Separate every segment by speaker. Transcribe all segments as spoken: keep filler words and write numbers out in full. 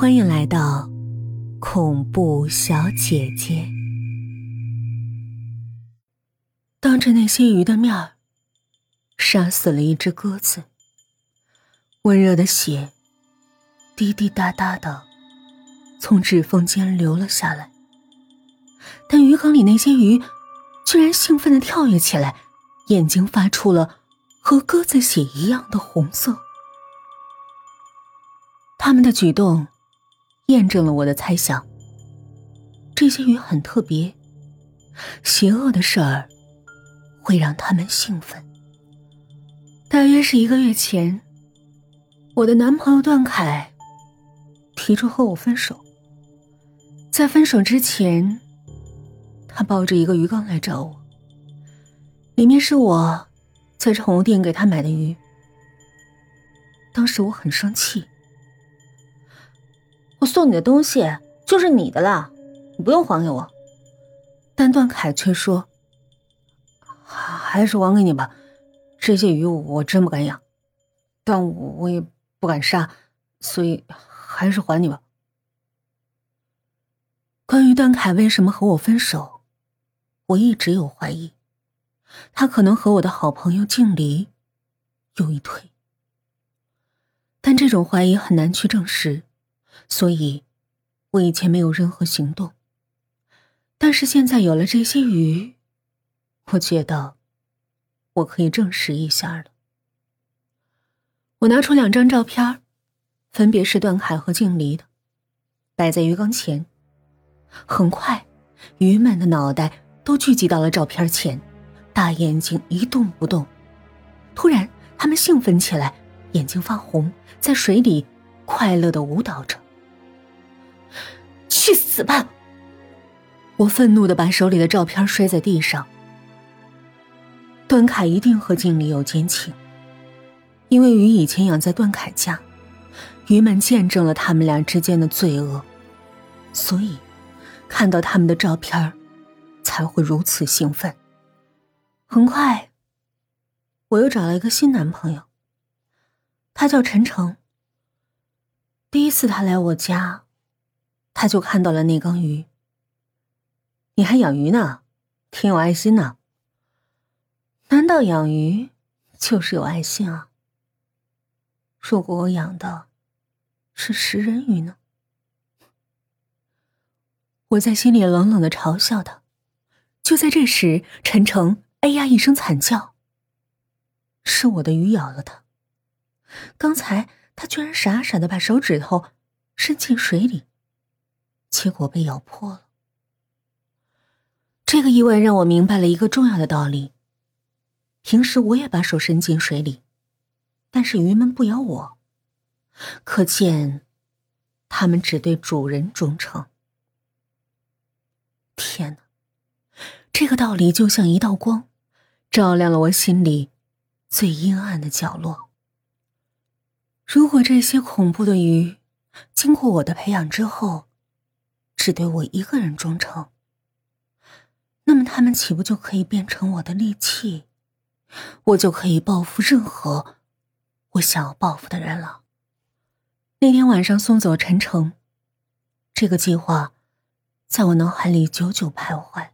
Speaker 1: 欢迎来到恐怖小姐姐。当着那些鱼的面儿，杀死了一只鸽子，温热的血滴滴答答的从指缝间流了下来，但鱼缸里那些鱼居然兴奋地跳跃起来，眼睛发出了和鸽子血一样的红色。他们的举动验证了我的猜想，这些鱼很特别，邪恶的事儿会让他们兴奋。大约是一个月前，我的男朋友段凯提出和我分手。在分手之前，他抱着一个鱼缸来找我，里面是我在宠物店给他买的鱼。当时我很生气，
Speaker 2: 我送你的东西就是你的啦，你不用还给我。
Speaker 1: 但段凯却说，
Speaker 2: 还是还给你吧，这些鱼我真不敢养，但我我也不敢杀，所以还是还你吧。
Speaker 1: 关于段凯为什么和我分手，我一直有怀疑，他可能和我的好朋友静离有一腿，但这种怀疑很难去证实，所以我以前没有任何行动。但是现在有了这些鱼，我觉得我可以证实一下了。我拿出两张照片，分别是段凯和静离的，摆在鱼缸前。很快，鱼们的脑袋都聚集到了照片前，大眼睛一动不动。突然，他们兴奋起来，眼睛发红，在水里快乐地舞蹈着。去死吧！我愤怒地把手里的照片摔在地上。段凯一定和静离有奸情，因为鱼以前养在段凯家，鱼们见证了他们俩之间的罪恶，所以看到他们的照片才会如此兴奋。很快，我又找了一个新男朋友，他叫陈诚。第一次他来我家，他就看到了那缸鱼。
Speaker 2: 你还养鱼呢，挺有爱心呢。
Speaker 1: 难道养鱼就是有爱心啊？如果我养的是食人鱼呢？我在心里冷冷地嘲笑他。就在这时，陈诚哎呀一声惨叫，是我的鱼咬了他。刚才他居然傻傻地把手指头伸进水里，结果被咬破了。这个意外让我明白了一个重要的道理，平时我也把手伸进水里，但是鱼们不咬我，可见它们只对主人忠诚。天哪，这个道理就像一道光，照亮了我心里最阴暗的角落。如果这些恐怖的鱼经过我的培养之后，只对我一个人忠诚，那么它们岂不就可以变成我的利器？我就可以报复任何我想要报复的人了。那天晚上送走陈诚，这个计划在我脑海里久久徘徊。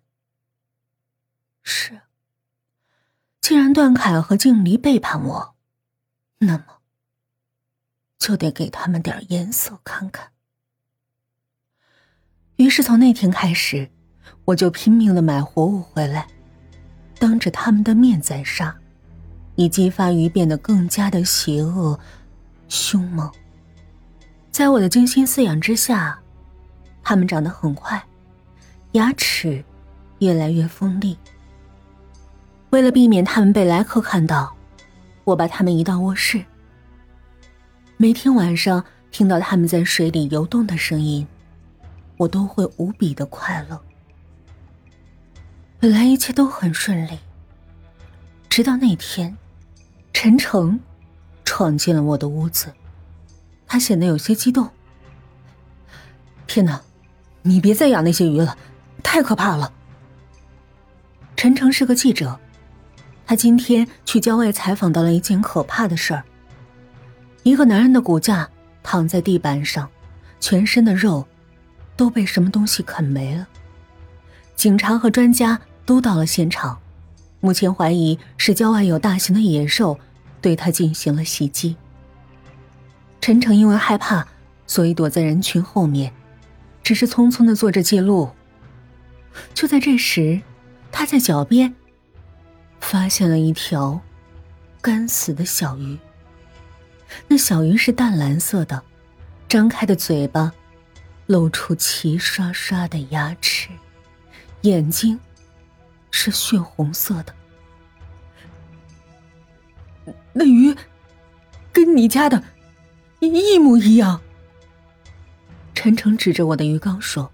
Speaker 1: 是，既然段凯和静离背叛我，那么就得给他们点颜色看看。于是从那天开始，我就拼命地买活物回来，当着他们的面宰杀，以激发鱼变得更加的邪恶凶猛。在我的精心饲养之下，它们长得很快，牙齿越来越锋利。为了避免它们被来客看到，我把它们移到卧室。每天晚上听到它们在水里游动的声音，我都会无比的快乐。本来一切都很顺利，直到那天，陈诚闯进了我的屋子，他显得有些激动。天哪，你别再养那些鱼了，太可怕了。陈诚是个记者，他今天去郊外采访到了一件可怕的事儿。一个男人的骨架躺在地板上， 全身的肉都被什么东西啃没了。警察和专家都到了现场，目前怀疑是郊外有大型的野兽对他进行了袭击。陈诚因为害怕，所以躲在人群后面，只是匆匆地做着记录。就在这时，他在脚边发现了一条干死的小鱼。那小鱼是淡蓝色的，张开的嘴巴露出齐刷刷的牙齿，眼睛是血红色的。那鱼跟你家的一模一样。陈诚指着我的鱼缸说。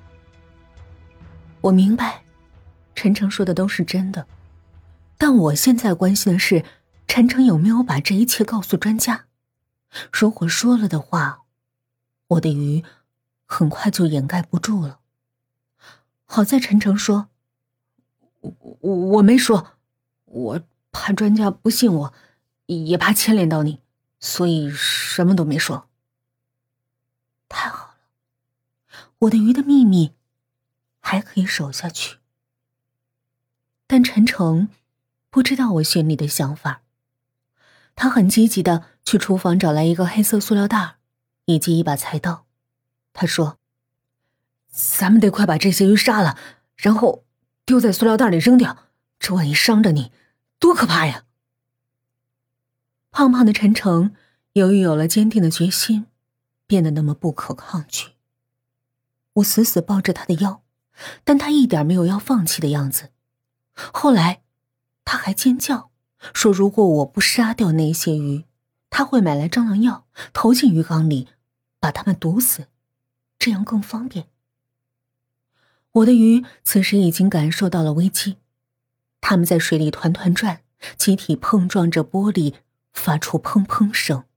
Speaker 1: 我明白陈诚说的都是真的，但我现在关心的是陈诚有没有把这一切告诉专家。如果说了的话，我的鱼很快就掩盖不住了。好在陈诚说，我我我没说，我怕专家不信我，也怕牵连到你，所以什么都没说。太好了，我的鱼的秘密还可以守下去。但陈诚不知道我心里的想法，他很积极地去厨房找来一个黑色塑料袋以及一把菜刀。他说，咱们得快把这些鱼杀了，然后丢在塑料袋里扔掉，这万一伤着你，多可怕呀！胖胖的陈诚由于有了坚定的决心，变得那么不可抗拒。我死死抱着他的腰，但他一点没有要放弃的样子。后来他还尖叫，说如果我不杀掉那些鱼，他会买来蟑螂药投进鱼缸里，把它们毒死，这样更方便。我的鱼此时已经感受到了危机，它们在水里团团转，集体碰撞着玻璃，发出砰砰声。